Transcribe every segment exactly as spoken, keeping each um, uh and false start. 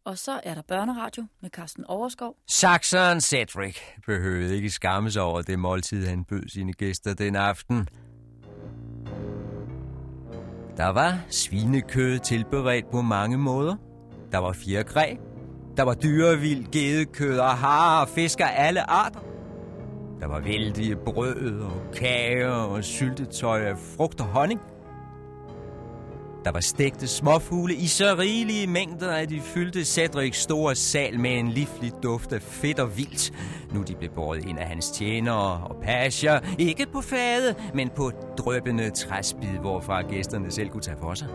Og så er der børneradio med Carsten Overskov. Sakseren Cedric behøvede ikke skamme sig over det måltid, han bød sine gæster den aften. Der var svinekød tilberedt på mange måder. Der var fjerkræ. Der var dyrevild, gedekød og harer og fisk af alle arter. Der var vældige brød og kager og syltetøj af frugt og honning. Der var stegte småfugle i så rigelige mængder, at de fyldte Cedrics store sal med en livlig duft af fedt og vildt. Nu de blev båret ind af hans tjenere og pager, ikke på fade, men på dryppende træspid, hvorfra gæsterne selv kunne tage for sig.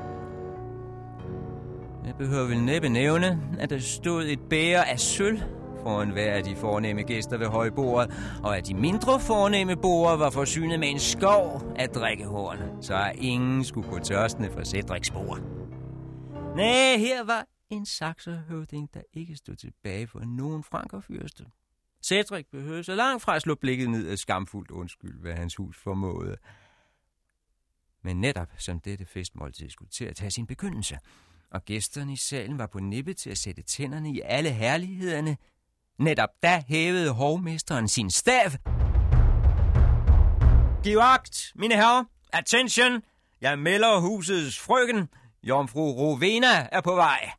Jeg behøver vel næppe nævne, at der stod et bæger af sølv foran hver af de fornemme gæster ved højbordet, og at de mindre fornemme borde var forsynet med en skov af drikkehorn, så ingen skulle gå tørstende fra Cedrics bord. Næh, her var en sakserhøvding, der ikke stod tilbage for nogen frankerfyrste. Cedric behøvede så langt fra at slå blikket ned af skamfuldt undskyld, hvad hans hus formåede. Men netop som dette festmåltid skulle til at tage sin begyndelse, og gæsterne i salen var på nippet til at sætte tænderne i alle herlighederne, netop da hævede hovmesteren sin stav. Giv agt, mine herrer. Attention. Jeg melder husets frøken. Jomfru Rowena er på vej.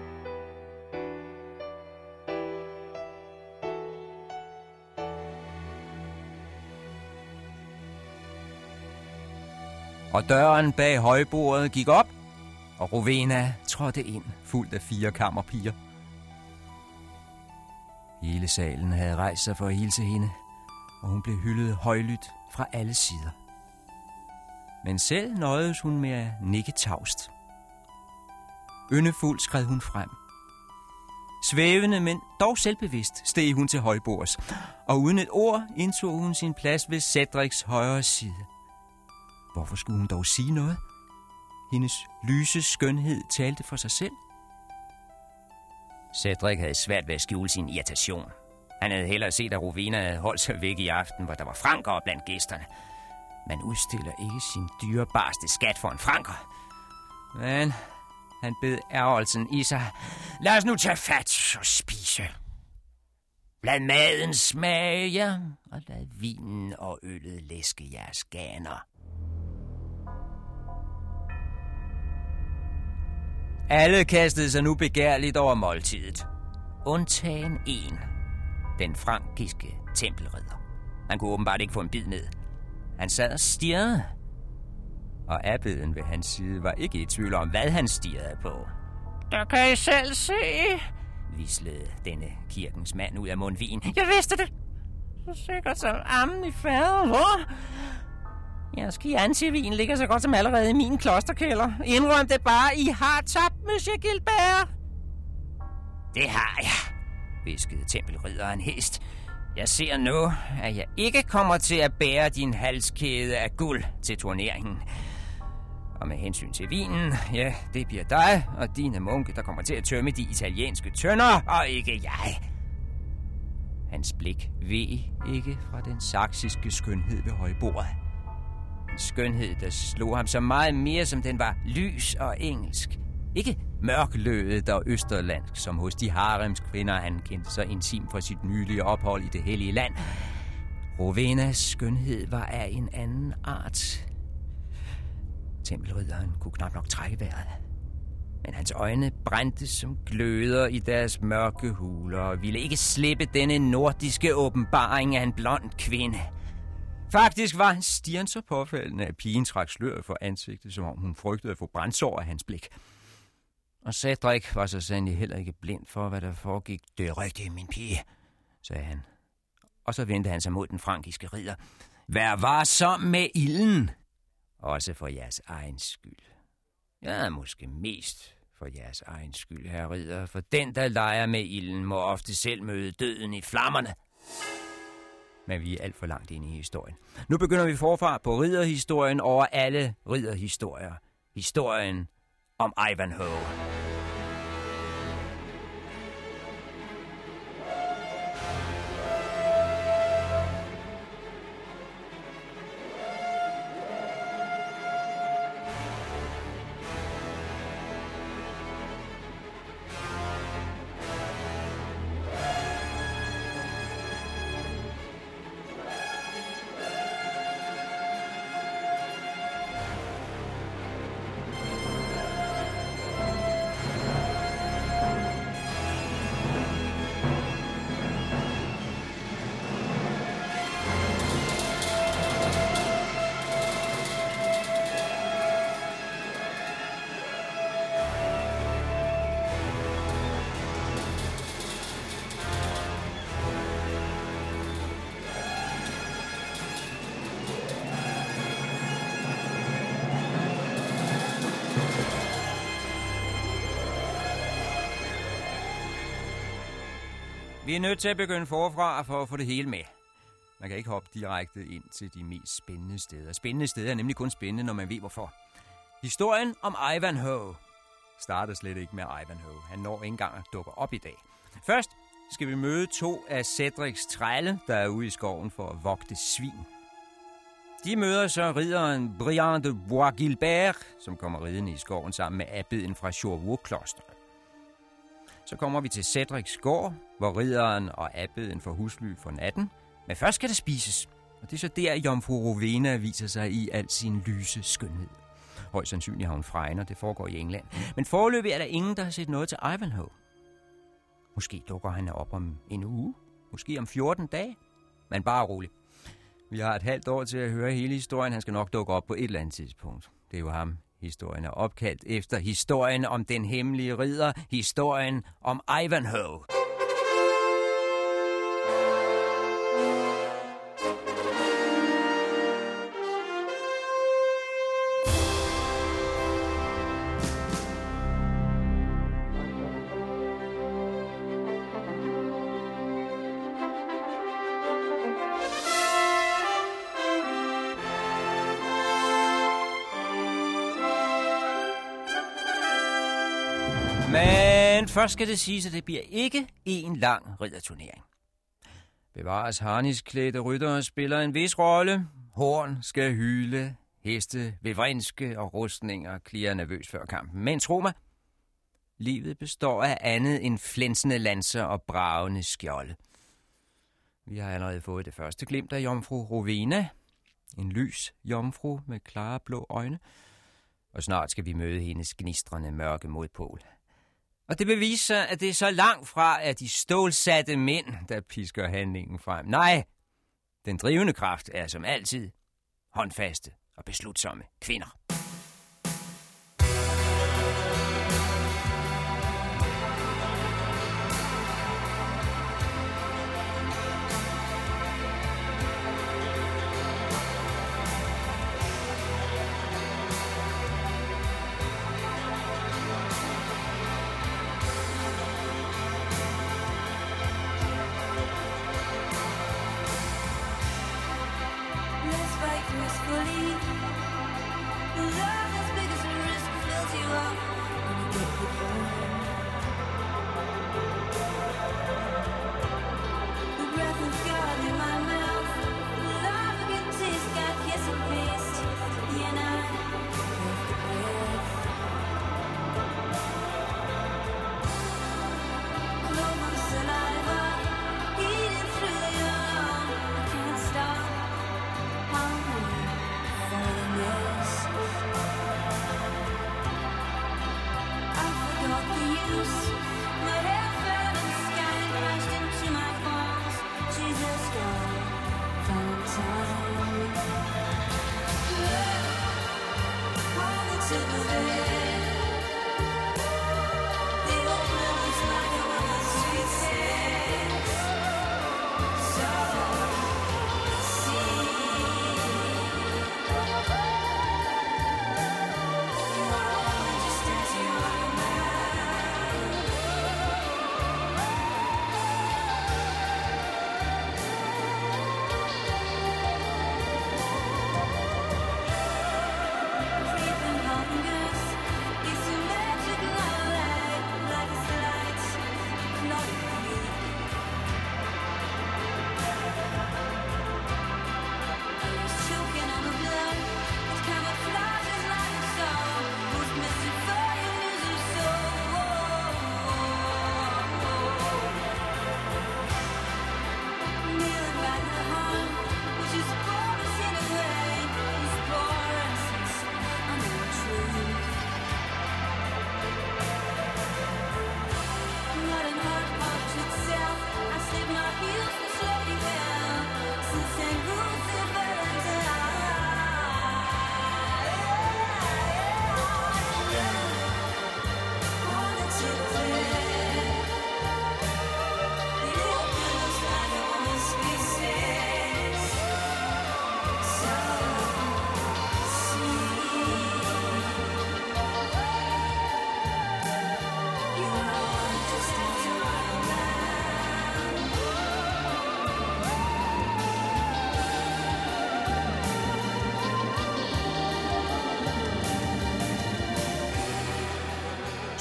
Og døren bag højbordet gik op, og Rowena trådte ind, fuldt af fire kammerpiger. Hele salen havde rejst sig for at hilse hende, og hun blev hyldet højlydt fra alle sider. Men selv nøjedes hun med at nikke tavst. Yndefuld skred hun frem. Svævende, men dog selvbevidst, steg hun til højbords, og uden et ord indtog hun sin plads ved Cedrics højre side. Hvorfor skulle hun dog sige noget? Hendes lyse skønhed talte for sig selv. Cedric havde svært ved at skjule sin irritation. Han havde hellere set, at Rowena havde holdt sig væk i aften, hvor der var franker blandt gæsterne. Man udstiller ikke sin dyrebarste skat for en franker. Men han bed ærgelsen i sig. Lad os nu tage fat og spise. Lad maden smage jer, og lad vinen og øllet læske jeres ganer. Alle kastede sig nu begærligt over måltidet. Undtagen en. Den frankiske tempelridder. Han kunne åbenbart ikke få en bid ned. Han sad og stirrede. Og abbeden ved hans side var ikke i tvivl om, hvad han stirrede på. Der kan I selv se, hvislede denne kirkens mand ud af mundvigen. Jeg vidste det. Så sikkert som ammen i fadet, hvor? Jeres Chianti-vin ligger så godt som allerede i min klosterkælder. Indrøm det bare, I har tabt, Monsieur Gilbert. Det har jeg, hviskede tempelridderen hest. Jeg ser nu, at jeg ikke kommer til at bære din halskæde af guld til turneringen. Og med hensyn til vinen, ja, det bliver dig og dine munke, der kommer til at tømme de italienske tønder, og ikke jeg. Hans blik veg ikke fra den saksiske skønhed ved højbordet. En skønhed, der slog ham så meget mere, som den var lys og engelsk. Ikke mørklødet og østerlandsk, som hos de haremskvinder, han kendte så intimt fra sit nylige ophold i det hellige land. Rowenas skønhed var af en anden art. Tempelridderen kunne knap nok trække vejret. Men hans øjne brændte som gløder i deres mørke huler og ville ikke slippe denne nordiske åbenbaring af en blond kvinde. Faktisk var hans stirren så påfaldende, at pigen trak sløret for ansigtet, som om hun frygtede at få brændsår af hans blik. Og Cedric var så sandelig heller ikke blind for, hvad der foregik. Det er rigtigt, min pige, sagde han. Og så vendte han sig mod den frankiske ridder. Vær varsom med ilden. Også for jeres egen skyld. Ja, måske mest for jeres egen skyld, herre ridder. For den, der leger med ilden, må ofte selv møde døden i flammerne. Men vi er alt for langt inde i historien. Nu begynder vi forfra på ridderhistorien over alle ridderhistorier. Historien om Ivanhoe. Vi er nødt til at begynde forfra for at få det hele med. Man kan ikke hoppe direkte ind til de mest spændende steder. Spændende steder er nemlig kun spændende, når man ved hvorfor. Historien om Ivanhoe starter slet ikke med Ivanhoe. Han når ikke engang at dukke op i dag. Først skal vi møde to af Cedrics trælle, der er ude i skoven for at vogte svin. De møder så ridderen Brian de Bois-Guilbert, som kommer ridende i skoven sammen med abbeden fra Chauveau-klosteret. Så kommer vi til Cedrics gård, hvor ridderen og abbeden får husly for natten. Men først skal det spises, og det er så der, Jomfru Rowena viser sig i al sin lyse skønhed. Højst sandsynligt har hun fregner, det foregår i England. Men foreløbig er der ingen, der har set noget til Ivanhoe. Måske dukker han op om en uge, måske om fjorten dage. Men bare rolig. Vi har et halvt år til at høre hele historien. Han skal nok dukke op på et eller andet tidspunkt. Det er jo ham, historien er opkaldt efter. Historien om den hemmelige ridder. Historien om Ivanhoe. Men først skal det siges, at det bliver ikke en lang ridderturnering. Bevares harnisklædte ryttere spiller en vis rolle. Horn skal hyle, heste vil vrinske og rustninger klirrer nervøs før kampen. Men tro mig, livet består af andet end flænsende lanser og bragende skjolde. Vi har allerede fået det første glimt af Jomfru Rowena. En lys jomfru med klare blå øjne. Og snart skal vi møde hendes gnistrende mørke modpol. Og det beviser sig, at det er så langt fra, at de stålsatte mænd, der pisker handlingen frem. Nej, den drivende kraft er som altid håndfaste og beslutsomme kvinder. Fire.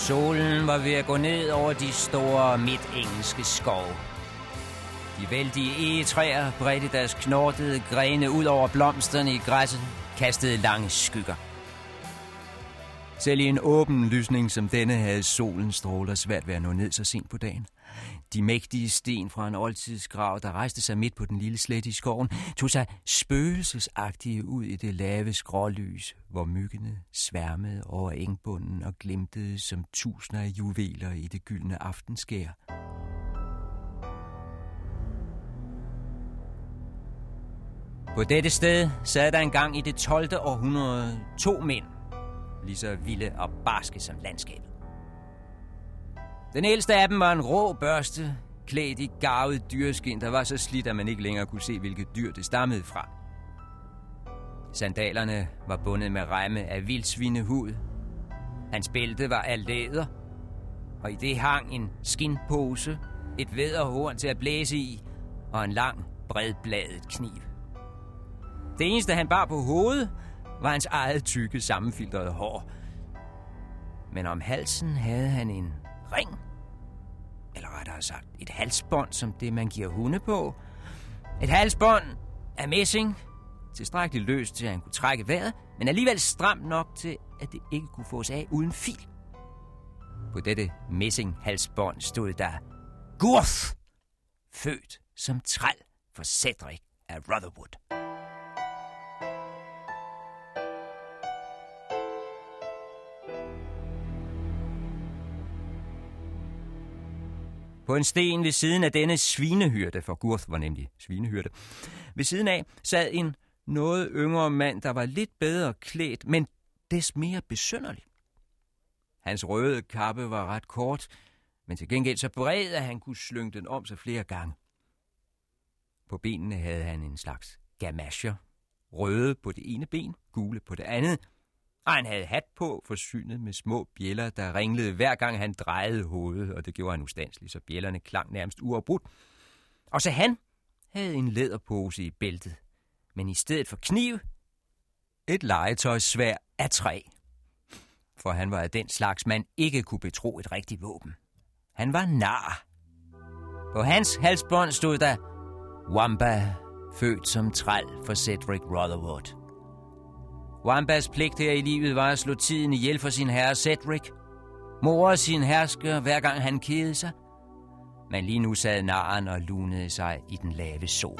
Solen var ved at gå ned over de store midtengelske skove. De vældige egetræer bredte deres knortede grene ud over blomsterne i græsset, kastede lange skygger. Selv i en åben lysning som denne havde solens stråler svært ved at nå ned så sent på dagen. De mægtige sten fra en oldtidsgrav, der rejste sig midt på den lille slet i skoven, tog sig spøgelsesagtige ud i det lave skrålys, hvor myggene sværmede over engbunden og glimtede som tusinder af juveler i det gyldne aftenskær. På dette sted sad der engang i det tolvte århundrede to mænd, lige så vilde og barske som landskabet. Den ældste af dem var en rå børste, klædt i garvet dyreskin, der var så slidt, at man ikke længere kunne se, hvilket dyr det stammede fra. Sandalerne var bundet med remme af vildsvinehud. Hans bælte var af læder, og i det hang en skinpose, et vædderhorn til at blæse i, og en lang, bredbladet kniv. Det eneste, han bar på hovedet, var hans eget tykke, sammenfiltrede hår. Men om halsen havde han en ring, eller rettere sagt et halsbånd, som det, man giver hunde på. Et halsbånd af messing, tilstrækkeligt løst til, at han kunne trække vejret, men alligevel stramt nok til, at det ikke kunne fås af uden fil. På dette messinghalsbånd stod der Gurth, født som træl for Cedric af Rotherwood. På en sten ved siden af denne svinehyrde, for Gurth var nemlig svinehyrde, ved siden af sad en noget yngre mand, der var lidt bedre klædt, men des mere besynderlig. Hans røde kappe var ret kort, men til gengæld så bred, at han kunne slynge den om sig flere gange. På benene havde han en slags gamasjer, røde på det ene ben, gule på det andet, og han havde hat på, forsynet med små bjælder, der ringlede hver gang han drejede hovedet, og det gjorde han ustandsligt, så bjællerne klang nærmest uafbrudt. Og så han havde en læderpose i bæltet, men i stedet for kniv, et legetøjssværd af træ. For han var af den slags, man ikke kunne betro et rigtigt våben. Han var nar. På hans halsbånd stod der Wamba, født som træl for Cedric Rotherwood. Wambas pligt her i livet var at slå tiden ihjel for sin herre Cedric, more sin hersker, hver gang han kedede sig. Men lige nu sad narren og lunede sig i den lave sol.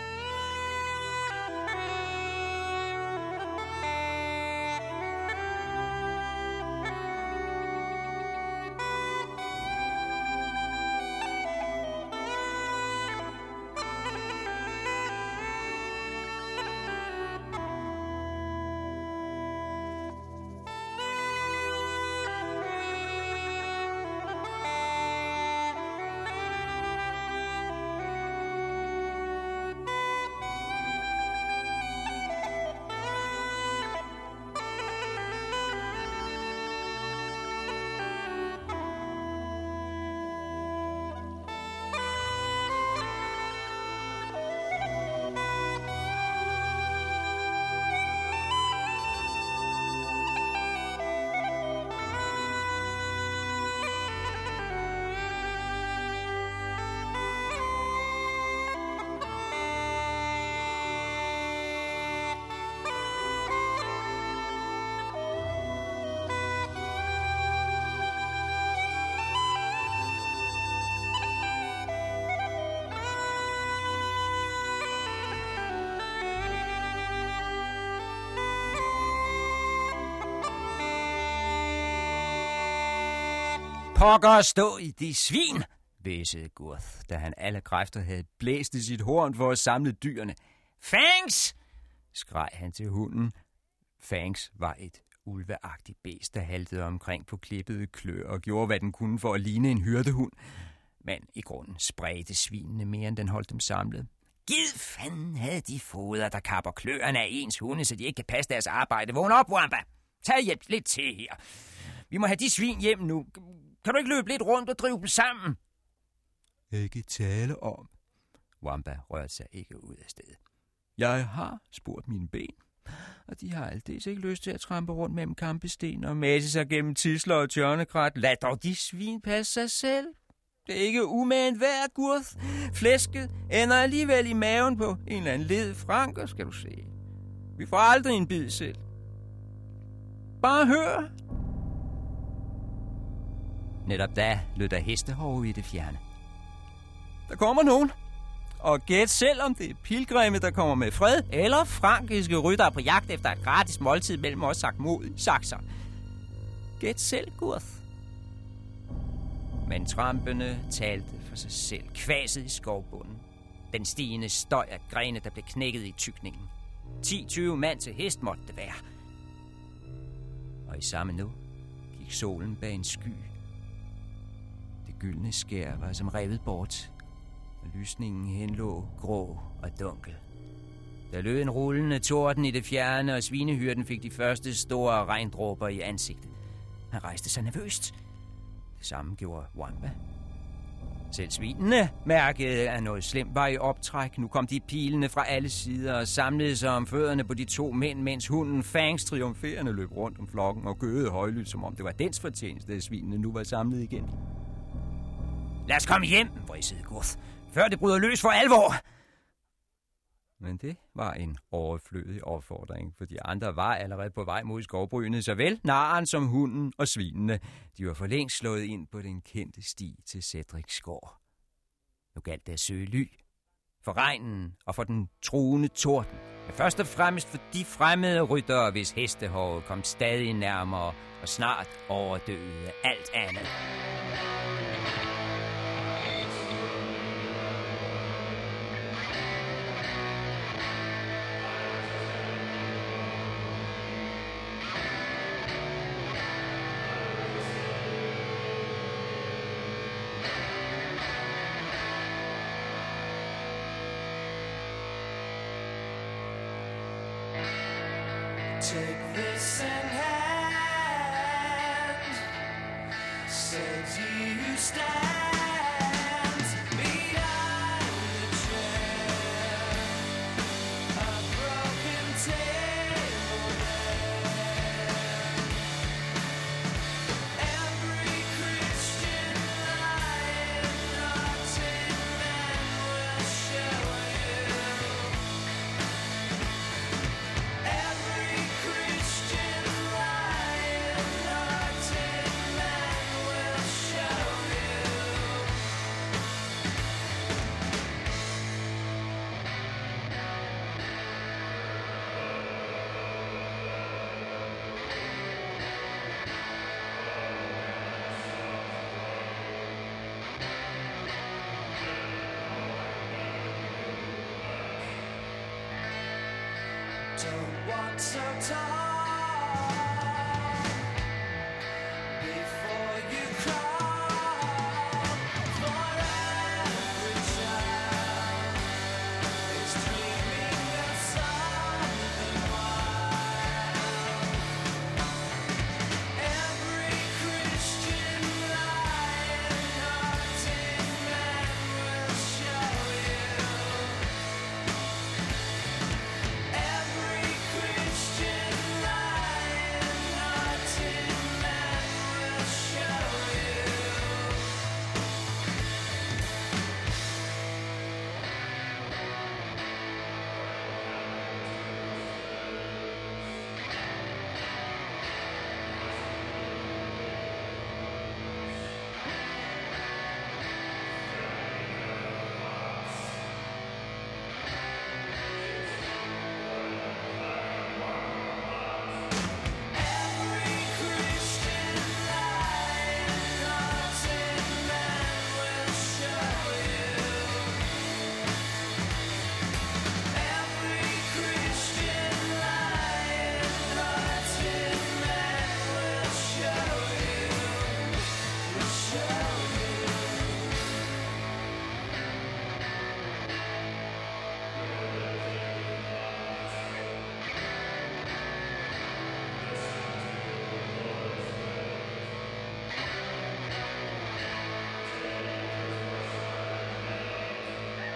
Pokker stå i de svin, væsede Gurth, da han alle kræfter havde blæst i sit horn for at samle dyrene. Fangs! Skreg han til hunden. Fangs var et ulveagtigt bæst, der haltede omkring på klippede klør og gjorde, hvad den kunne for at ligne en hyrdehund. Men i grunden spredte svinene mere, end den holdt dem samlet. Gid fanden havde de foder, der kapper kløerne af ens hunde, så de ikke kan passe deres arbejde. Vågn op, Wamba! Tag hjælp lidt til her. Vi må have de svin hjem nu. Kan du ikke løbe lidt rundt og drive dem sammen? Ikke tale om. Wamba rørte sig ikke ud af stedet. Jeg har spurgt mine ben, Og de har aldeles ikke lyst til at trampe rundt mellem kampesten og mase sig gennem tisler og tjørnekrat. Lad dog de svin passe sig selv. Det er ikke umagen værd, Gurth. Flæsket ender alligevel i maven på en eller anden led franker, skal du se. Vi får aldrig en bid selv. Bare hør. Netop da lød der hestehove i det fjerne. Der kommer nogen. Og gæt selv, om det er pilgrimme, der kommer med fred, eller frankiske ryttere på jagt efter et gratis måltid mellem os sagtmodige sakser. Gæt selv, Gurth. Men trampene talte for sig selv, kvaset i skovbunden. Den stigende støj af grene, der blev knækket i tykningen. ti tyve mand til hest måtte det være. Og i samme nu gik solen bag en sky. Det gyldne skær var som revet bort, og lysningen henlå grå og dunkel. Der lød en rullende torden i det fjerne, og svinehyrden fik de første store regndråber i ansigtet. Han rejste sig nervøst. Det samme gjorde Wamba. Selv svinene mærkede, at noget slemt var i optræk. Nu kom de pilene fra alle sider og samlede sig om fødderne på de to mænd, mens hunden Fangs triumferende løb rundt om flokken og gøede højlydt, som om det var dens fortjeneste, at svinene nu var samlet igen. Lad os komme hjem, vrissede Gurth, før det bryder løs for alvor. Men det var en overflødig opfordring, for de andre var allerede på vej mod skovbrynet, såvel narren som hunden og svinene. De var for længst slået ind på den kendte sti til Cedrics gård. Nu galt det at søge ly. For regnen og for den truende torden. Men først og fremmest for de fremmede ryttere, hvis hestehove kom stadig nærmere og snart overdøde alt andet. Take this in hand, steady you stand behind the chair, a broken table there. Every Christian lion-hearted man will show you. Every Christian lion-hearted man will show you.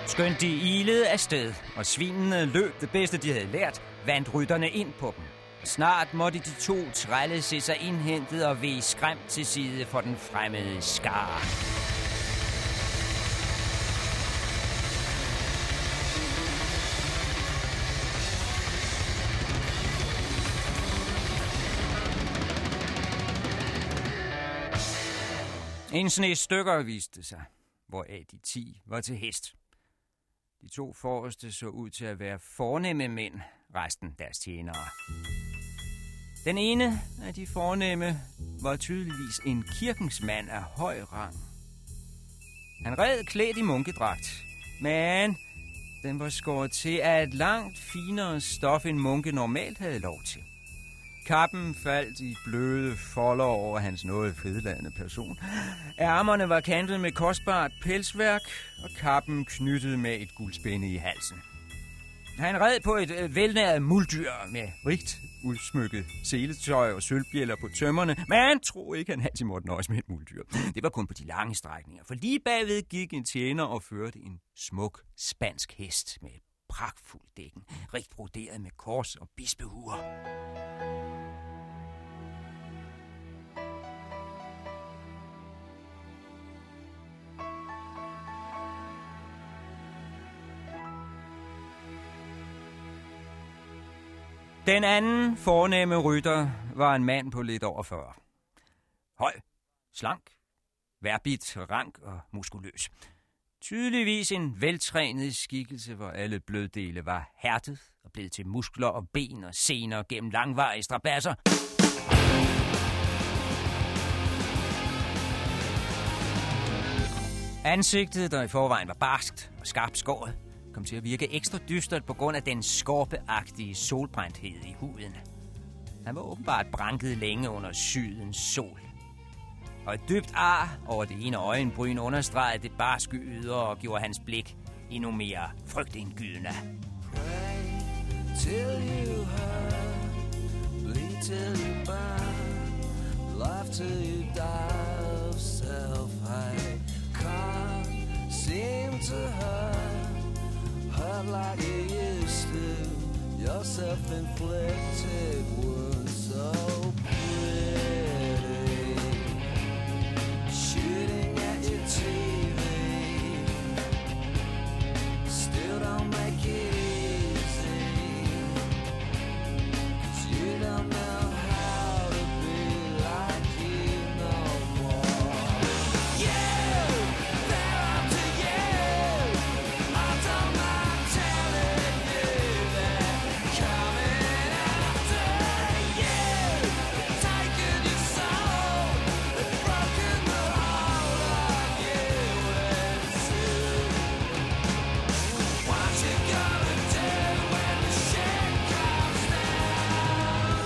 Skønt de ilede afsted, og svinene løb det bedste, de havde lært, vandt rytterne ind på dem. Snart måtte de to trælle se sig indhentet og vige skræmt til side for den fremmede skare. En snes stykker viste sig, hvoraf de ti var til hest. De to forreste så ud til at være fornemme mænd, resten deres tjenere. Den ene af de fornemme var tydeligvis en kirkens mand af høj rang. Han red klædt i munkedragt, men den var skåret til af et langt finere stof, end munke normalt havde lov til. Kappen faldt i bløde folder over hans noget fedladende person. Ærmerne var kantet med kostbart pelsværk, og kappen knyttet med et guldspænde i halsen. Han red på et velnæret muldyr med rigt udsmykket seletøj og sølvbjælder på tømmerne, men han troede ikke, han altid måtte nøjes med et muldyr. Det var kun på de lange strækninger, for lige bagved gik en tjener og førte en smuk spansk hest med et pragtfuldt dækken, rigt broderet med kors og bispehuer. Den anden fornemme rytter var en mand på lidt over fyrre. Høj, slank, værbit, rank og muskuløs. Tydeligvis en veltrænet skikkelse, hvor alle bløddele var hærdet og blevet til muskler og ben og sener gennem langvarige strabasser. Ansigtet, der i forvejen var barskt og skarpt skåret, kom til at virke ekstra dystert på grund af den skorpeagtige solbrændthed i huden. Han var åbenbart branket længe under sydens sol. Og et dybt ar over det ene øjenbryn understregede det barske ydre og gjorde hans blik endnu mere frygtindgydende. Pray till you hurt, bleed till you burn, laugh till you die of self. I can't seem to hurt, hurt like you used to. Your self-inflicted wounds so pretty, shooting at your T V. Still don't make it easy, 'cause you don't know how to be like you no more. You, they're up to you. I don't mind telling you they're coming after you. Taking your soul, they've broken the hold of you into. What you gonna do when the shit comes down?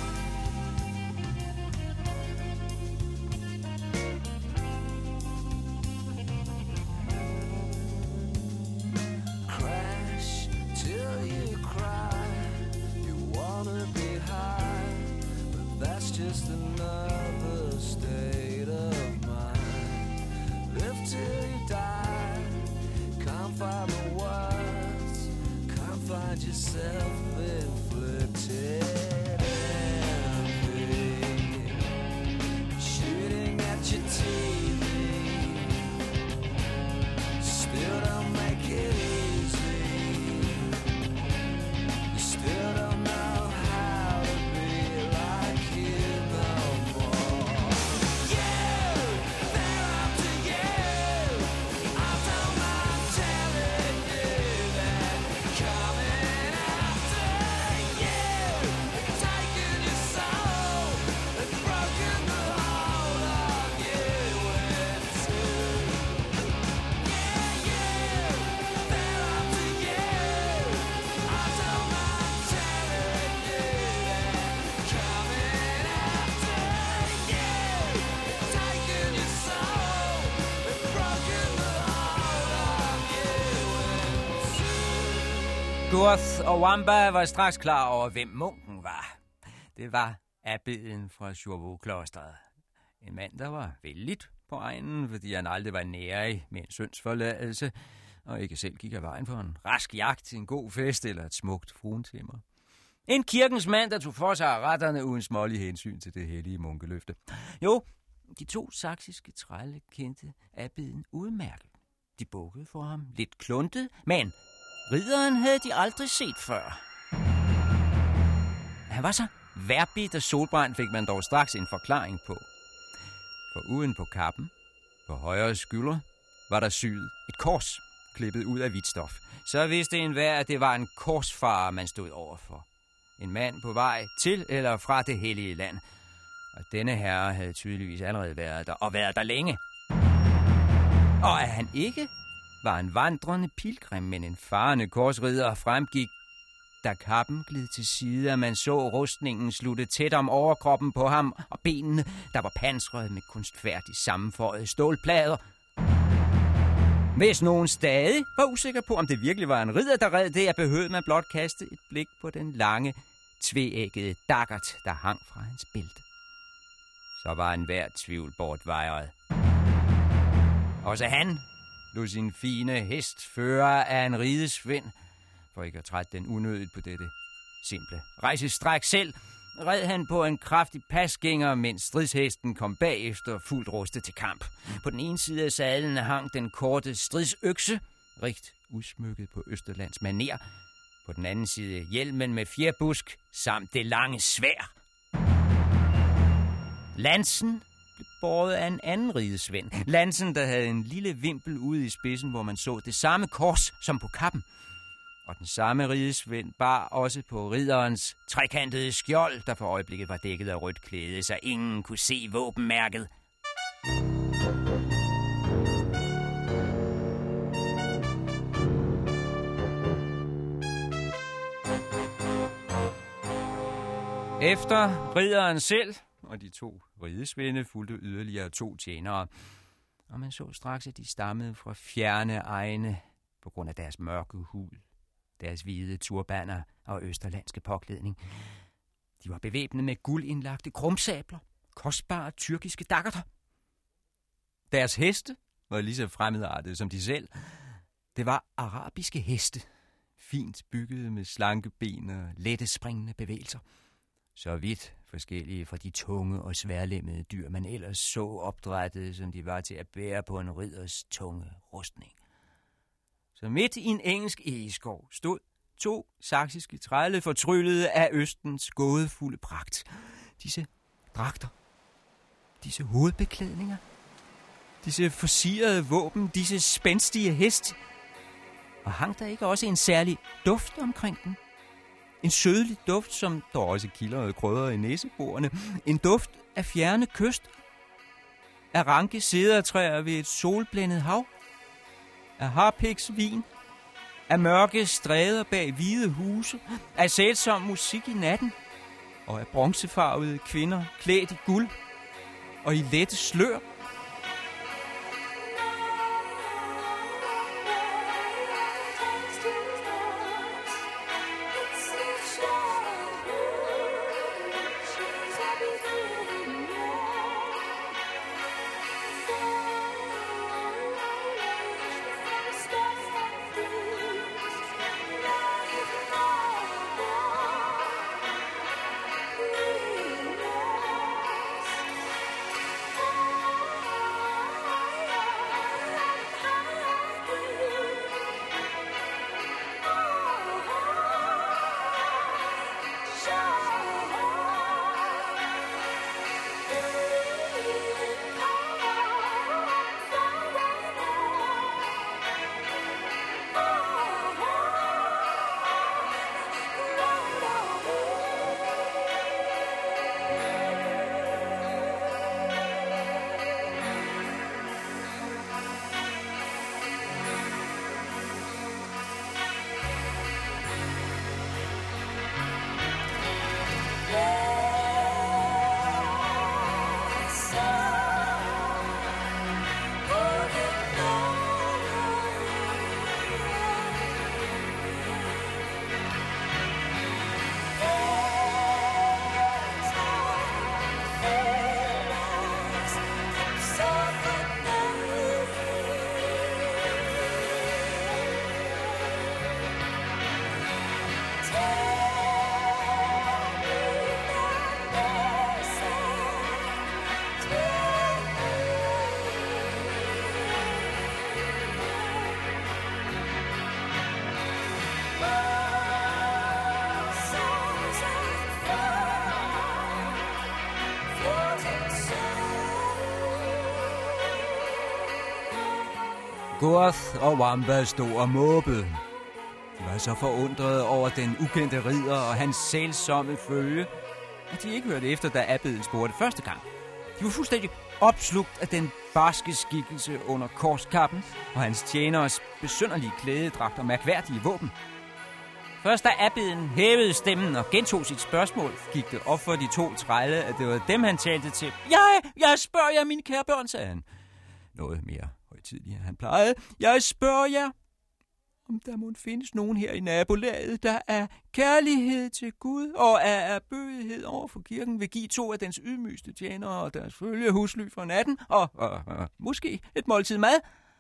Crash till you cry. You wanna be high, but that's just another state of mind. Live till you die. Can't find the words. Can't find yourself inflicted envy. Shooting at your T V. Still don't make it easy. You still don't know how to be like you no more. You, they're up to you. I don't mind telling you they're coming after you. Taking your soul, they've broken the hold of you into. Yeah, yeah, they're up to you. I don't mind telling you they're coming after you. Taking your soul, they've broken the hold of you into. Gurth og Wamba var straks klar over, hvem munken var. Det var abbeden fra Chauveau-klosteret. En mand, der var vældigt på egnen, fordi han aldrig var nærig med en syndsforladelse, og ikke selv gik af vejen for en rask jagt, en god fest eller et smukt fruentimmer. En kirkens mand, der tog for sig af retterne uden smålig hensyn til det hellige munkeløfte. Jo, de to saksiske trælle kendte abbeden udmærket. De bukkede for ham, lidt kluntet, men ridderen havde de aldrig set før. Han var så vejrbidt og solbrændt, fik man dog straks en forklaring på. For uden på kappen, på højre skulder, var der syet et kors, klippet ud af hvidt stof. Så vidste enhver, at det var en korsfarer, man stod overfor. En mand på vej til eller fra det hellige land. Og denne herre havde tydeligvis allerede været der, og været der længe. Og at han ikke var en vandrende pilgrim, men en farende korsridder fremgik, da kappen gled til side, og man så rustningen slutte tæt om overkroppen på ham, og benene, der var pansret med kunstfærdigt sammenføjede stålplader. Hvis nogen stadig var usikker på, om det virkelig var en ridder, der red det, behøvede man blot kaste et blik på den lange, tveæggede daggert, der hang fra hans bælte. Så var enhver tvivl bortvejret. Også han lod sin fine hest føre af en ridesvind, for ikke at trætte den unødigt på dette simple rejsestræk selv, red han på en kraftig pasgænger, mens stridshesten kom bagefter fuldt rustet til kamp. På den ene side af sadlen hang den korte stridsøkse, rigt udsmykket på Østerlands maner. På den anden side hjelmen med fjerbusk, samt det lange sværd. Lansen blev båret af en anden ridesvend. Lansen, der havde en lille vimpel ude i spidsen, hvor man så det samme kors som på kappen. Og den samme ridesvend bar også på ridderens trekantede skjold, der for øjeblikket var dækket af rødt klæde, så ingen kunne se våbenmærket. Efter ridderen selv og de to ridesvende fulgte yderligere to tjenere, og man så straks, at de stammede fra fjerne egne på grund af deres mørke hud, deres hvide turbaner og østerlandske påklædning. De var bevæbnet med guldindlagte krumsabler, kostbare tyrkiske daggerter. Deres heste var lige så fremmedartede som de selv. Det var arabiske heste, fint byggede med slanke ben og lette springende bevægelser. Så vidt forskellige fra de tunge og sværlemmede dyr, man ellers så opdrættede, som de var til at bære på en ridders tunge rustning. Så midt i en engelsk egeskov stod to saksiske trælle fortryllede af Østens gådefulde pragt. Disse dragter, disse hovedbeklædninger, disse forsirede våben, disse spændstige hest. Og hang der ikke også en særlig duft omkring den? En sødlig duft, som der også kildrede krydder i næseborene. En duft af fjerne kyst. Af ranke cedertræer ved et solblændet hav. Af harpiksvin. Af mørke stræder bag hvide huse. Af sælsom musik i natten. Og af bronzefarvede kvinder klædt i guld. Og i lette slør. Gurth og Wamba stod og måbede. De var så forundrede over den ukendte ridder og hans sælsomme følge, at de ikke hørte efter, da abbeden spurgte første gang. De var fuldstændig opslugt af den barske skikkelse under korskappen og hans tjeneres besynderlige klædedragt og mærkværdige våben. Først da abbeden hævede stemmen og gentog sit spørgsmål, gik det op for de to trælle, at det var dem, han talte til. Jeg, jeg spørger jer, mine kære børn, sagde han. Noget mere højtidligere, han plejede. Jeg spørger jer, om der må findes nogen her i nabolaget, der er kærlighed til Gud og er erbødighed over for kirken, vil give to af dens ydmygste tjenere og deres følge husly for natten, og, og, og måske et måltid mad.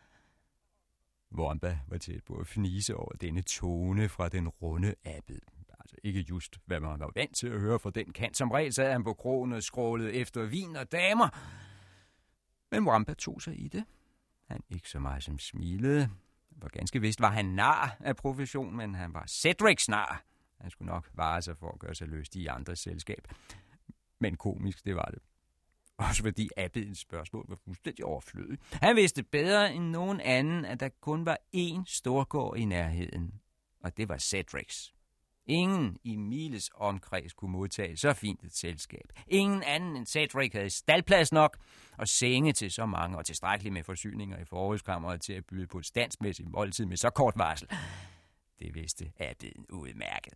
Wamba var tæt på at fnise over denne tone fra den runde abbed. Altså ikke just, hvad man var vant til at høre fra den kant. Som regel sad han på krogen og skrålede efter vin og damer. Men Wamba tog sig i det. Han ikke så meget som smilede. For ganske vist var han nar af profession, men han var Cedrics nar. Han skulle nok vare sig for at gøre sig løst i andres selskab. Men komisk, det var det. Også fordi abbedens spørgsmål var fuldstændig overflødig. Han vidste bedre end nogen anden, at der kun var én storgård i nærheden. Og det var Cedrics. Ingen i Miles omkreds kunne modtage så fint et selskab. Ingen anden end Cedric havde staldplads nok og senge til så mange og tilstrækkeligt med forsyninger i forrådskammeret til at byde på et standsmæssigt måltid med så kort varsel. Det vidste abbeden udmærket.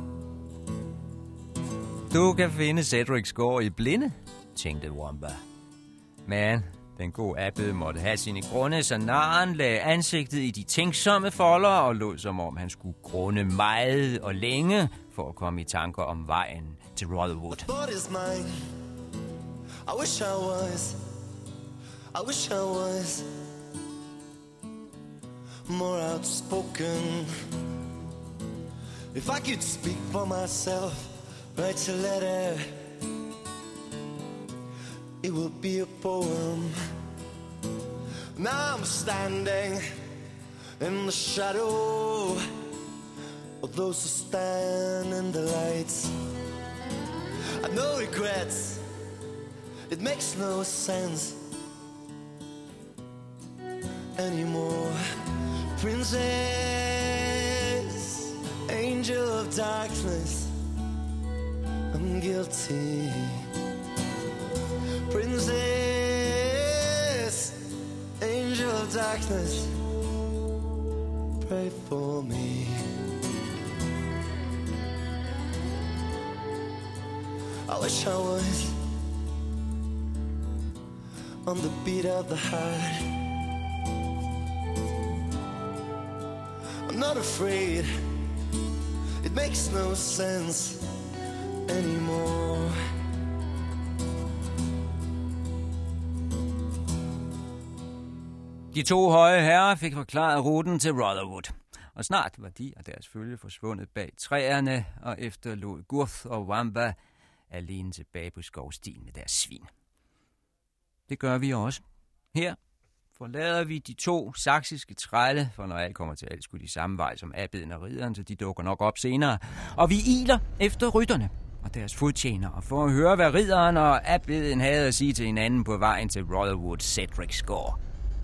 Du kan finde Cedrics gård i blinde, tænkte Wamba. Men den gode abbed måtte have sine grunde, så naren lagde ansigtet i de tænksomme folder og lod som om han skulle grunde meget og længe for at komme i tanker om vejen til Rotherwood. I wish I was, I wish I was more outspoken. If I could speak for myself, write a letter, it would be a poem. Now I'm standing in the shadow of those who stand in the lights. I no regrets, it makes no sense anymore. Princess, angel of darkness, I'm guilty. Princess, angel of darkness, pray for me. I wish I was on the beat of the heart. I'm not afraid, it makes no sense anymore. De to høje herrer fik forklaret ruten til Rotherwood, og snart var de og deres følge forsvundet bag træerne og efterlod Gurth og Wamba alene tilbage på skovstien med deres svin. Det gør vi også. Her forlader vi de to saksiske trælle, for når alt kommer til alt, skulle de samme vej som abbeden og ridderen, så de dukker nok op senere. Og vi iler efter rytterne og deres fodtjenere for at høre, hvad ridderen og abbeden havde at sige til hinanden på vejen til Rotherwood Cedrics gård.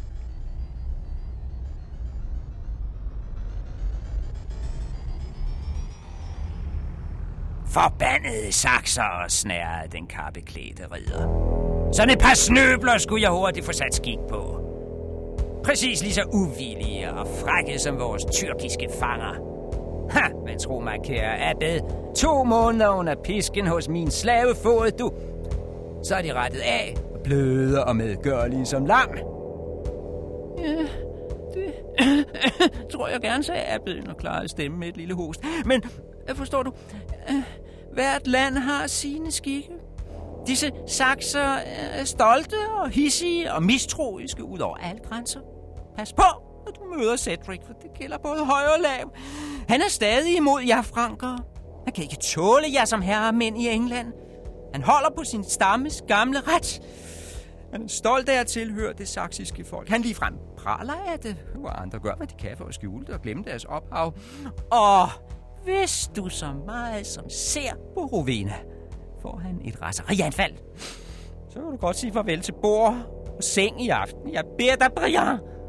Forbandede sakser, snærede den kappeklædte ridder. Sådan et par snøbler skulle jeg hurtigt få sat skik på. Præcis lige så uvillige og frække som vores tyrkiske fanger. Ha, men tro mig, kære abbed, to måneder under pisken hos min slavefod, du. Så er de rettet af, bløde og medgørlige som lam. Ja, det tror jeg gerne, sagde abbeden og klarede stemme med et lille host. Men, forstår du, hvert land har sine skikke. Disse sakser er stolte og hissige og mistroiske ud over alle grænser. Pas på, når du møder Cedric, for det gælder både høj og lav. Han er stadig imod jer frankere. Han kan ikke tåle jer som herremænd i England. Han holder på sin stammes gamle ret. Han er stolt af at tilhøre det saksiske folk. Han ligefrem praler af det, og andre gør, hvad de kan for at skjule det og glemme deres ophav. Og hvis du så meget som ser på Rowena, får han et raserianfald. Så vil du godt sige farvel til bord og seng i aften. Jeg beder dig, Brian,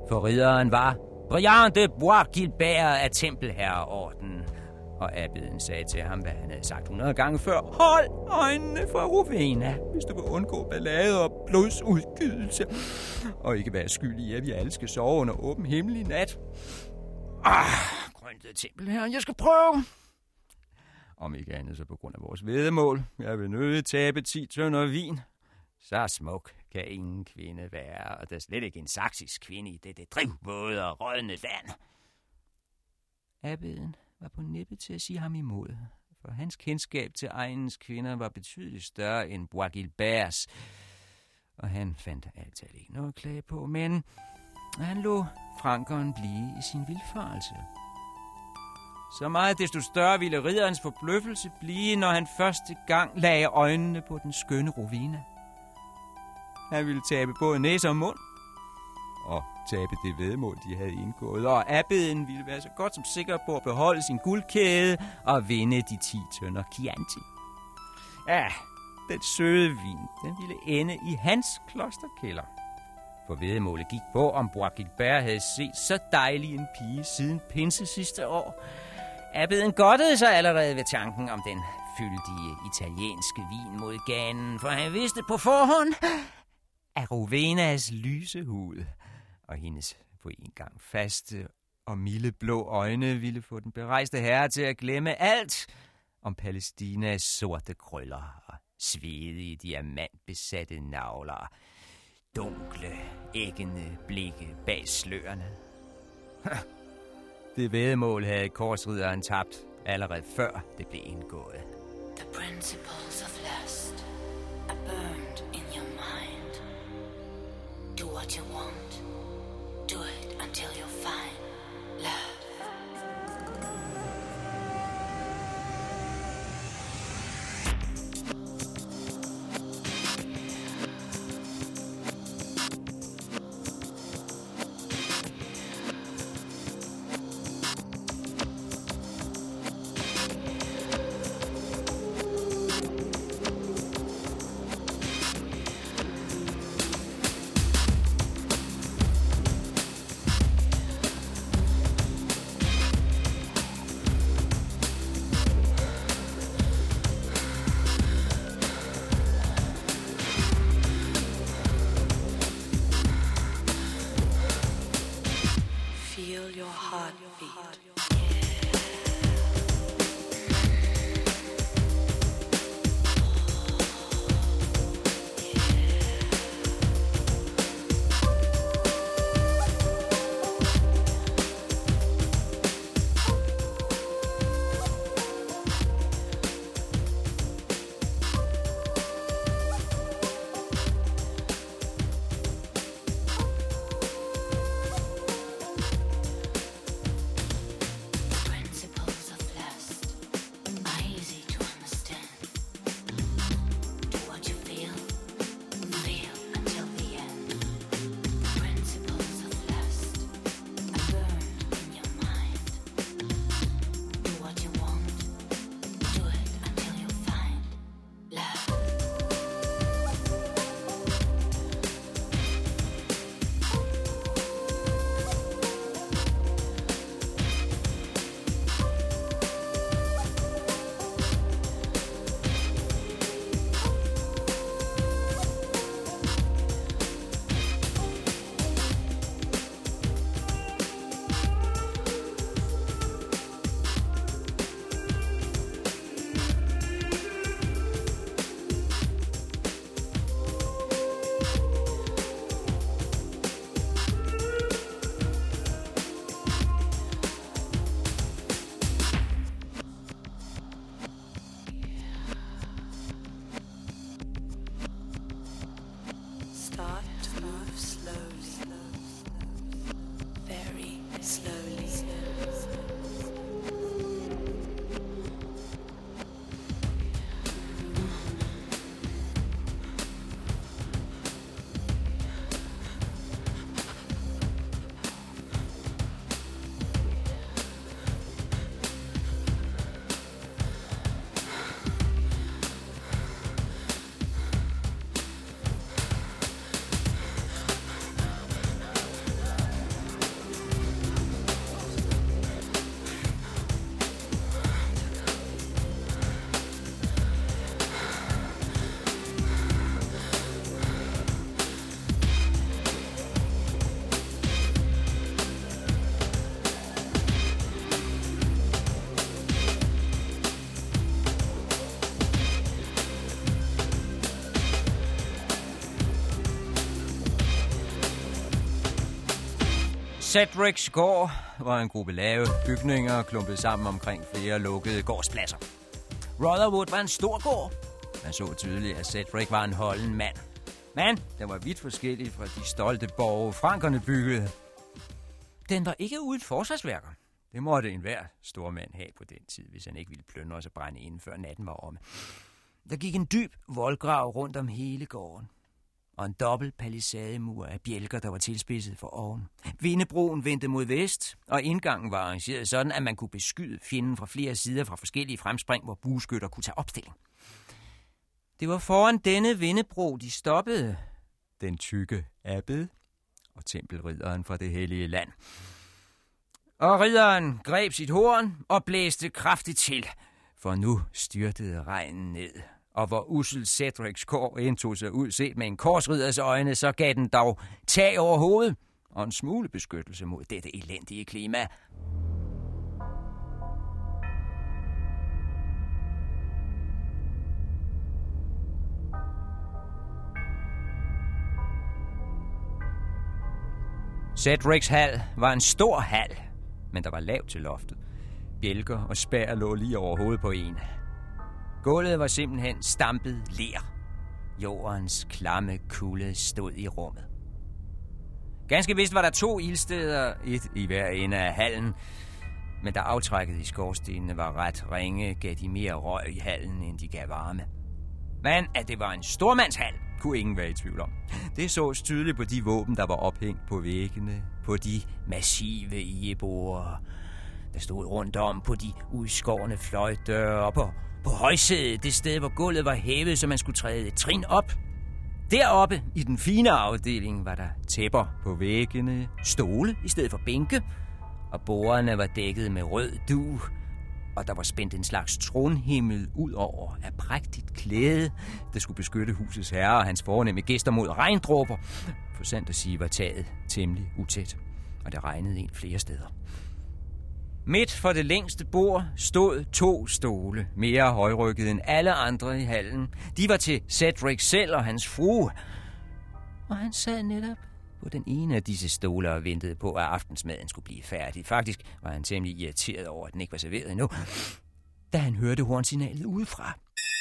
For ridderen var Brian de Bois Gilbert af Tempelherreordenen, og abbeden sagde til ham, hvad han havde sagt hundrede gange før. Hold øjnene for Rowena, hvis du vil undgå ballade og blodsudgydelse, og ikke være skyldig i, at vi alle skal sove under åben himmel i nat. Ah, grøntede tempelherren, jeg skal prøve. Om ikke andet så på grund af vores væddemål. Jeg vil nødig tabe ti tønder vin. Så smuk kan ingen kvinde være, og der er slet ikke en saksisk kvinde i dette drivvåde og rådne land. Abbeden var på nippet til at sige ham imod, for hans kendskab til egens kvinder var betydeligt større end Bois Gilberts, og han fandt altid ikke noget at klage på, men han lå frankeren blive i sin vildfarelse. Så meget desto større ville ridderens forbløffelse blive, når han første gang lagde øjnene på den skønne Rowena. Han ville tabe både næse og mund, og tabe det væddemål, de havde indgået, og abbeden ville være så godt som sikker på at beholde sin guldkæde og vinde de ti tønder Chianti. Ja, den søde vin, den ville ende i hans klosterkælder. For væddemålet gik på, om Bois Gilbert havde set så dejlig en pige siden pinse sidste år. Abbeden godtede sig allerede ved tanken om den fyldige italienske vin mod ganen, for han vidste på forhånd, at Rowenas lyse hud og hendes på en gang faste og milde blå øjne ville få den berejste herre til at glemme alt om Palæstinas sorte krøller og svedige diamantbesatte navler, dunkle, æggende blikke bag slørene. Det væddemål havde korsridderen tabt allerede før det blev indgået. The principles of lust are burned in your mind. Do what you want. Do it until you find love. Feel your heartbeat. Start to move slowly, very slowly. Cedrics gård var en gruppe lave bygninger klumpet sammen omkring flere lukkede gårdspladser. Rotherwood var en stor gård. Man så tydeligt, at Cedric var en holden mand. Men den var vidt forskellig fra de stolte borge, frankerne byggede. Den var ikke uden forsvarsværker. Det måtte enhver stormand have på den tid, hvis han ikke ville plyndre og brænde inden før natten var omme. Der gik en dyb voldgrav rundt om hele gården, og en dobbelt palisademur af bjælker, der var tilspidset for oven. Vindebroen vendte mod vest, og indgangen var arrangeret sådan, at man kunne beskyde fjenden fra flere sider fra forskellige fremspring, hvor bueskytter kunne tage opstilling. Det var foran denne vindebro, de stoppede den tykke abbed og tempelridderen fra det hellige land. Og ridderen greb sit horn og blæste kraftigt til, for nu styrtede regnen ned. Og hvor ussel Cedrics kår indtog sig ud set med en korsridders øjne, så gav den dog tag over hovedet og en smule beskyttelse mod dette elendige klima. Cedrics hal var en stor hal, men der var lavt til loftet. Bjælker og spær lå lige over hovedet på en. Gulvet var simpelthen stampet ler. Jordens klamme kulde stod i rummet. Ganske vist var der to ildsteder, et i hver ende af hallen, men da aftrækket i skorstenene var ret ringe, gav de mere røg i hallen, end de gav varme. Men at det var en stormandshal, kunne ingen være i tvivl om. Det sås tydeligt på de våben, der var ophængt på væggene, på de massive ijeborer, der stod rundt om, på de udskårne fløjdøre og på, på højsædet, det sted, hvor gulvet var hævet, så man skulle træde et trin op. Deroppe i den fine afdeling var der tæpper på væggene, stole i stedet for bænke, og bordene var dækket med rød dug, og der var spændt en slags tronhimmel ud over af prægtigt klæde, der skulle beskytte husets herre og hans fornemme gæster mod regndråber. For sandt at sige var taget temmelig utæt, og det regnede en flere steder. Midt for det længste bord stod to stole, mere højrykkede end alle andre i hallen. De var til Cedric selv og hans frue, og han sad netop på den ene af disse stole og ventede på, at aftensmaden skulle blive færdig. Faktisk var han temmelig irriteret over, at den ikke var serveret endnu, da han hørte hornsignalet udefra.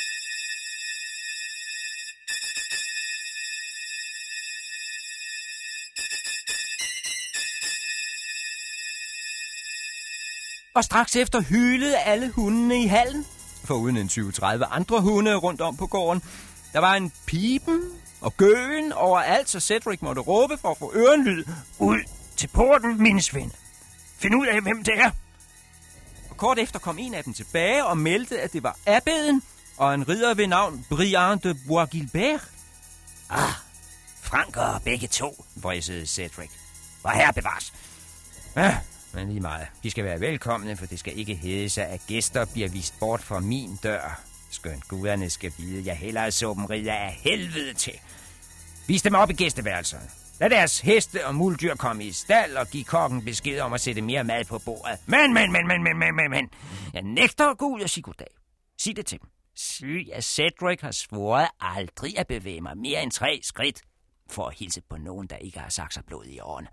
Og straks efter hylede alle hundene i hallen, foruden en tyve til tredive andre hunde rundt om på gården. Der var en pipen og gøen overalt, så Cedric måtte råbe for at få ørenlyd. Ud til porten, mine svende. Find ud af, hvem det er. Og kort efter kom en af dem tilbage og meldte, at det var abbeden og en ridder ved navn Briand de Bois-Guilbert. Ah, franker begge to, vrissede Cedric. Hvor herre bevares. Ah, men lige meget. De skal være velkomne, for det skal ikke hedde sig, at gæster bliver vist bort fra min dør. Skønt guderne skal vide, jeg hellere så dem ridder af helvede til. Vis dem op i gæsteværelserne. Lad deres heste og muldyr komme i stald og give kokken besked om at sætte mere mad på bordet. Men, men, men, men, men, men, men, men. Jeg nægter at gå ud og sige goddag. Sig det til dem. Sig, at Cedric har svoret aldrig at bevæge mig mere end tre skridt for at hilse på nogen, der ikke har sagt sig blod i årene.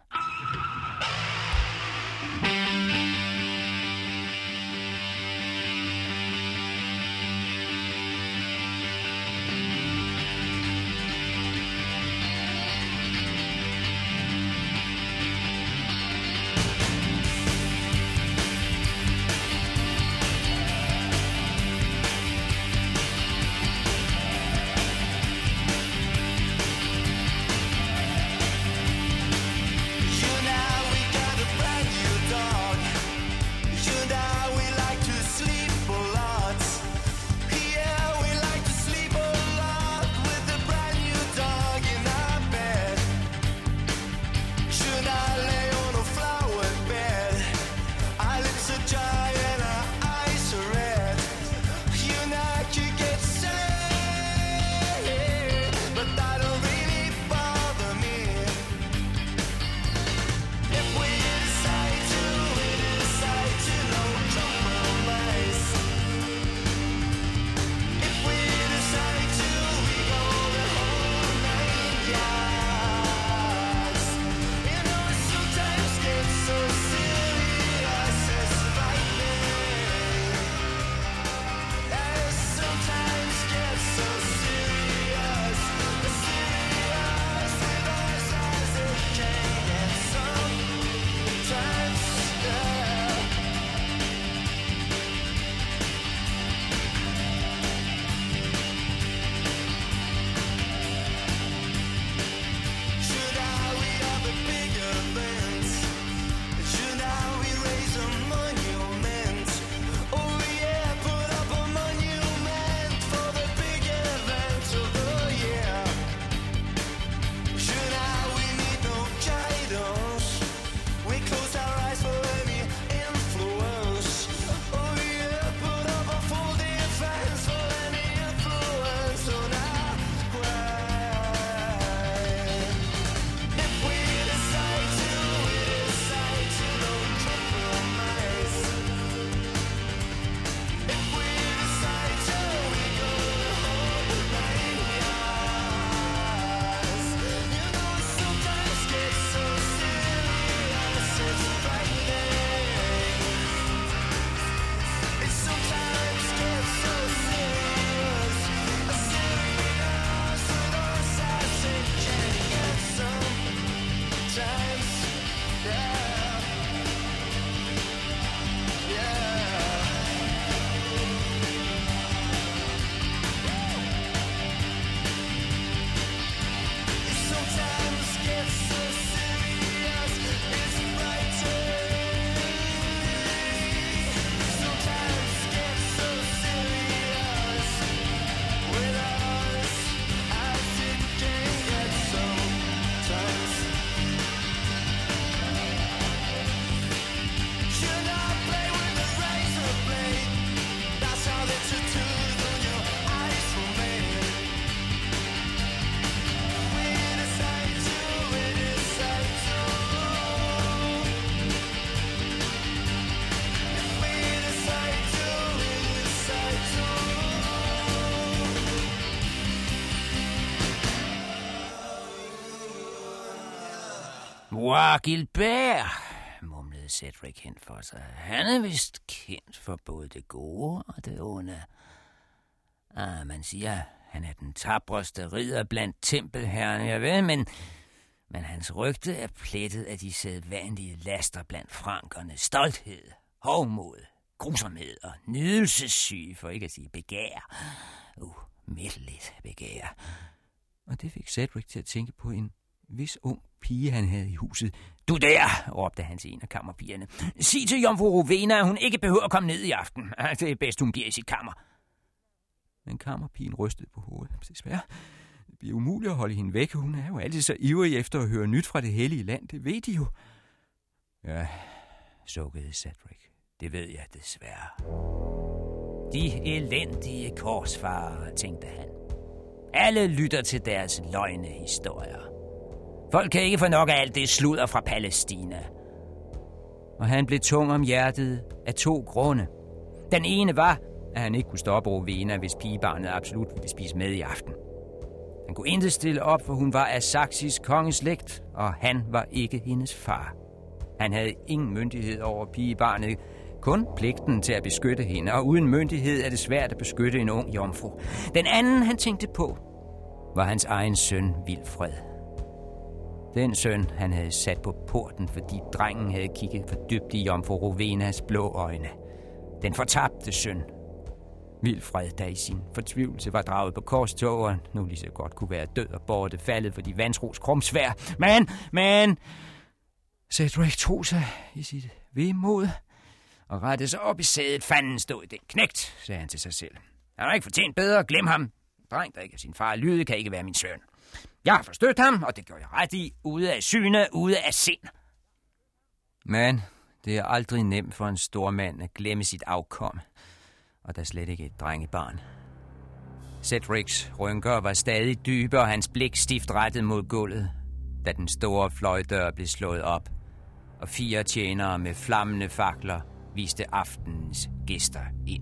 You now Roi Gilbert, mumlede Cedric hen for sig. Han er vist kendt for både det gode og det onde. Ah, man siger, han er den tabreste ridder blandt tempelherrerne, jeg ved, men, men hans rygte er plettet af de sædvanlige laster blandt frankerne. Stolthed, hovmod, grusomhed og nydelsessyge, for ikke at sige begær. Uh, mætteligt begær. Og det fik Cedric til at tænke på en vis ung pige, han havde i huset. Du der, råbte han til en af kammerpigerne. Sig til jomfru Rowena, at hun ikke behøver at komme ned i aften. Det er bedst, hun bliver i sit kammer. Men kammerpigen rystede på hovedet. Desværre, det bliver umuligt at holde hende væk. Hun er jo altid så ivrig efter at høre nyt fra det hellige land. Det ved de jo. Ja, sukkede Cedric. Det ved jeg desværre. De elendige korsfarere, tænkte han. Alle lytter til deres løgnehistorier. Folk kan ikke få nok af alt det sludder fra Palæstina. Og han blev tung om hjertet af to grunde. Den ene var, at han ikke kunne stoppe Rowena, hvis pigebarnet absolut ville spise med i aften. Han kunne intet stille op, for hun var af Saxis kongeslægt, og han var ikke hendes far. Han havde ingen myndighed over pigebarnet, kun pligten til at beskytte hende, og uden myndighed er det svært at beskytte en ung jomfru. Den anden, han tænkte på, var hans egen søn, Wilfred. Den søn, han havde sat på porten, fordi drengen havde kigget for dybt i jomfru Rowenas blå øjne. Den fortabte søn. Wilfred, der i sin fortvivlelse var draget på korstog, og nu lige så godt kunne være død og borte, faldet for de vantros krumsvær. Men, men... Cedric tog sig i sit vemod og rettede sig op i sædet. Fanden stod i den knægt, sagde han til sig selv. Han har ikke fortjent bedre, glem ham. Dreng, der ikke er sin far lyde, kan ikke være min søn. Jeg har forstødt ham, og det gør jeg ret i, ude af syne, ude af sind. Men det er aldrig nemt for en stor mand at glemme sit afkom, og der er slet ikke et drengebarn. Cedrics rynker var stadig dybe, og hans blik stift rettet mod gulvet, da den store fløjdør blev slået op, og fire tjenere med flammende fakler viste aftenens gæster ind.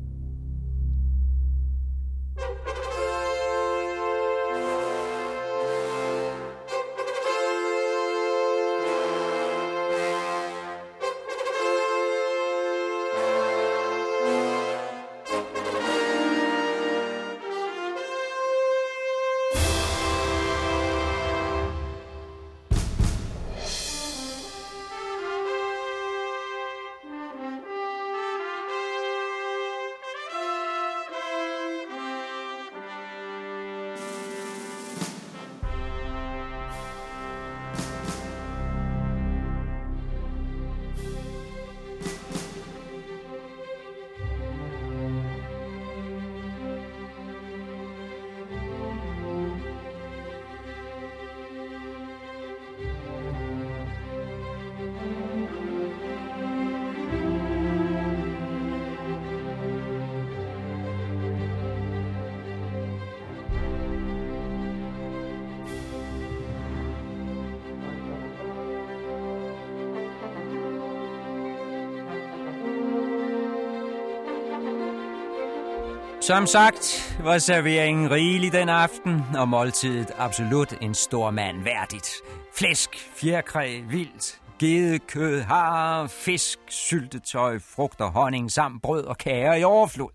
Som sagt var serveringen rigelig den aften, og måltidet absolut en stor mand værdigt. Flæsk, fjerkræ, vildt, gedekød, har, fisk, syltetøj, frugt og honning samt brød og kager i overflod.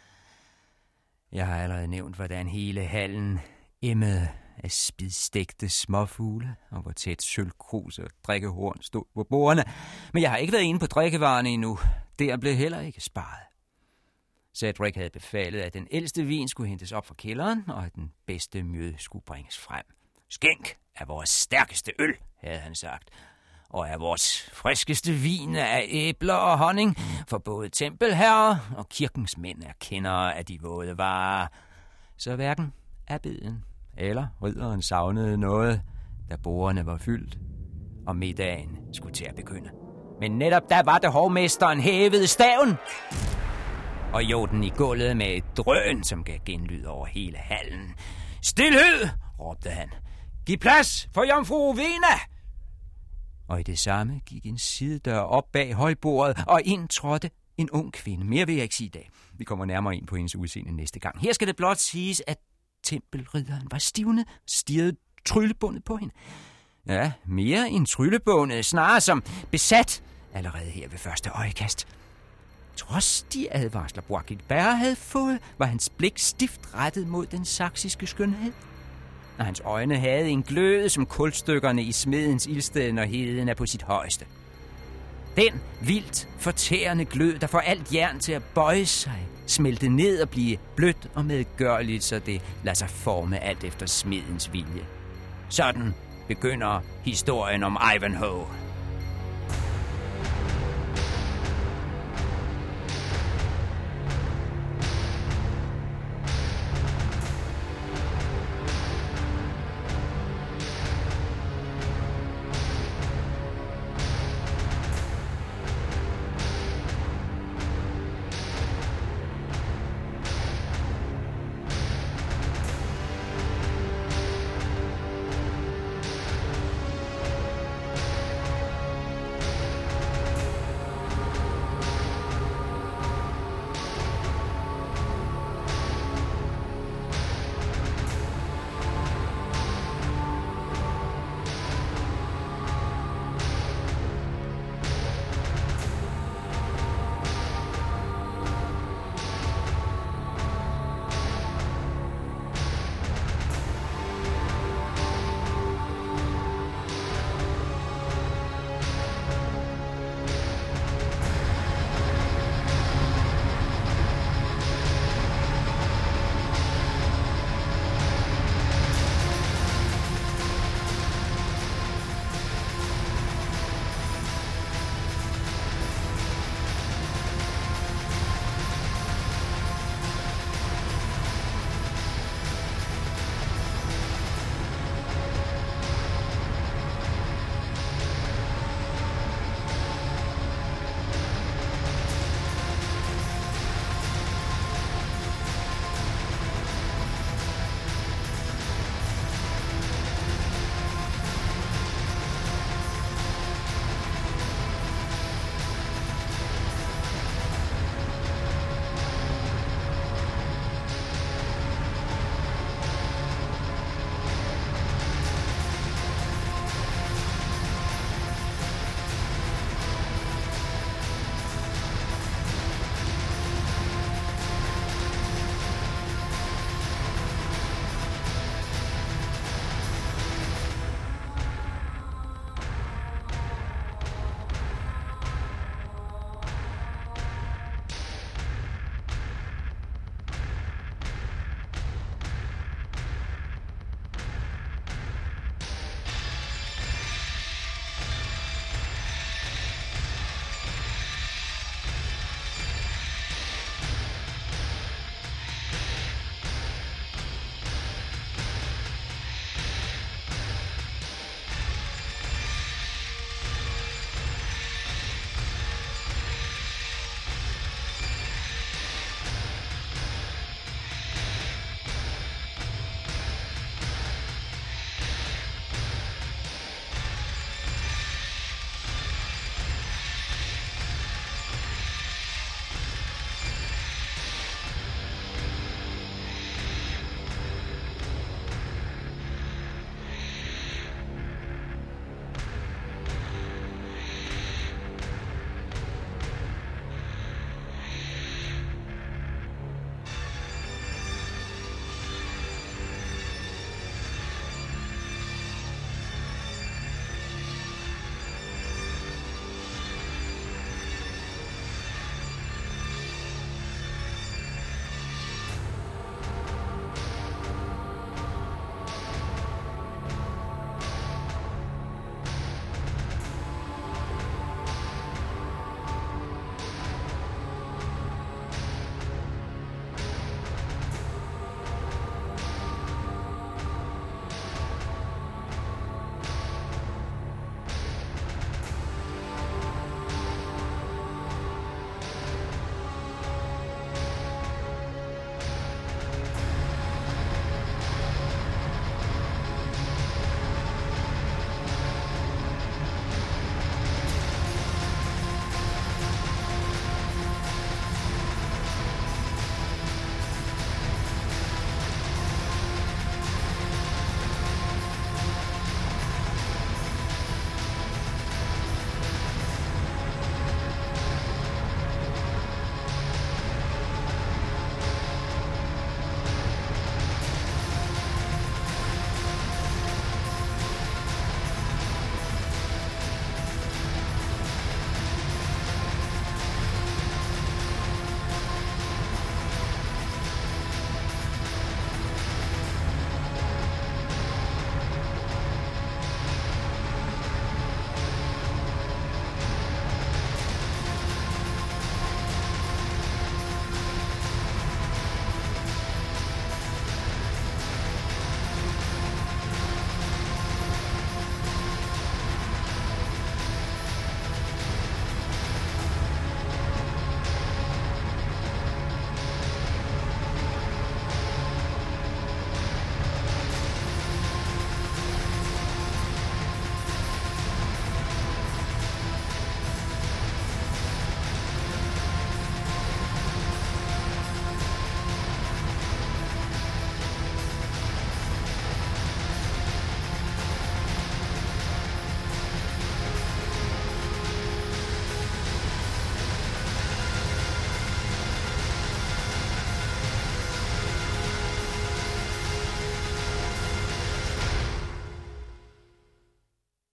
Jeg har allerede nævnt, hvordan hele hallen emmede af spidstegte småfugle, og hvor tæt sølvkrus og drikkehorn stod på bordene. Men jeg har ikke været inde på drikkevarerne endnu. Der blev heller ikke sparet. Cedric havde befalet, at den ældste vin skulle hentes op fra kælderen, og at den bedste mjød skulle bringes frem. Skænk er vores stærkeste øl, havde han sagt, og er vores friskeste vin af æbler og honning, for både tempelherrer og kirkens mænd er kendere af de våde varer. Så hverken abbeden eller ridderen savnede noget, da bordene var fyldt, og middagen skulle til at begynde. Men netop da var det hovmesteren hævede staven, og jog den i gulvet med et drøn, som gav genlyd over hele hallen. Stilhed, råbte han. Giv plads for jomfru Rowena! Og i det samme gik en sidedør op bag højbordet, og ind trådte en ung kvinde. Mere vil jeg ikke sige i dag. Vi kommer nærmere ind på hendes udseende næste gang. Her skal det blot siges, at tempelridderen var stivnet, stirrede tryllebundet på hende. Ja, mere end tryllebåndet, snarere som besat allerede her ved første øjekast. Trods de advarsler, Bois-Guilbert havde fået, var hans blik stift rettet mod den saksiske skønhed. Og hans øjne havde en gløde som kulstykkerne i smedens ildsted, når heden er på sit højeste. Den vildt fortærende glød, der får alt jern til at bøje sig, smelte ned og blive blødt og medgørligt, så det lader sig forme alt efter smedens vilje. Sådan begynder historien om Ivanhoe.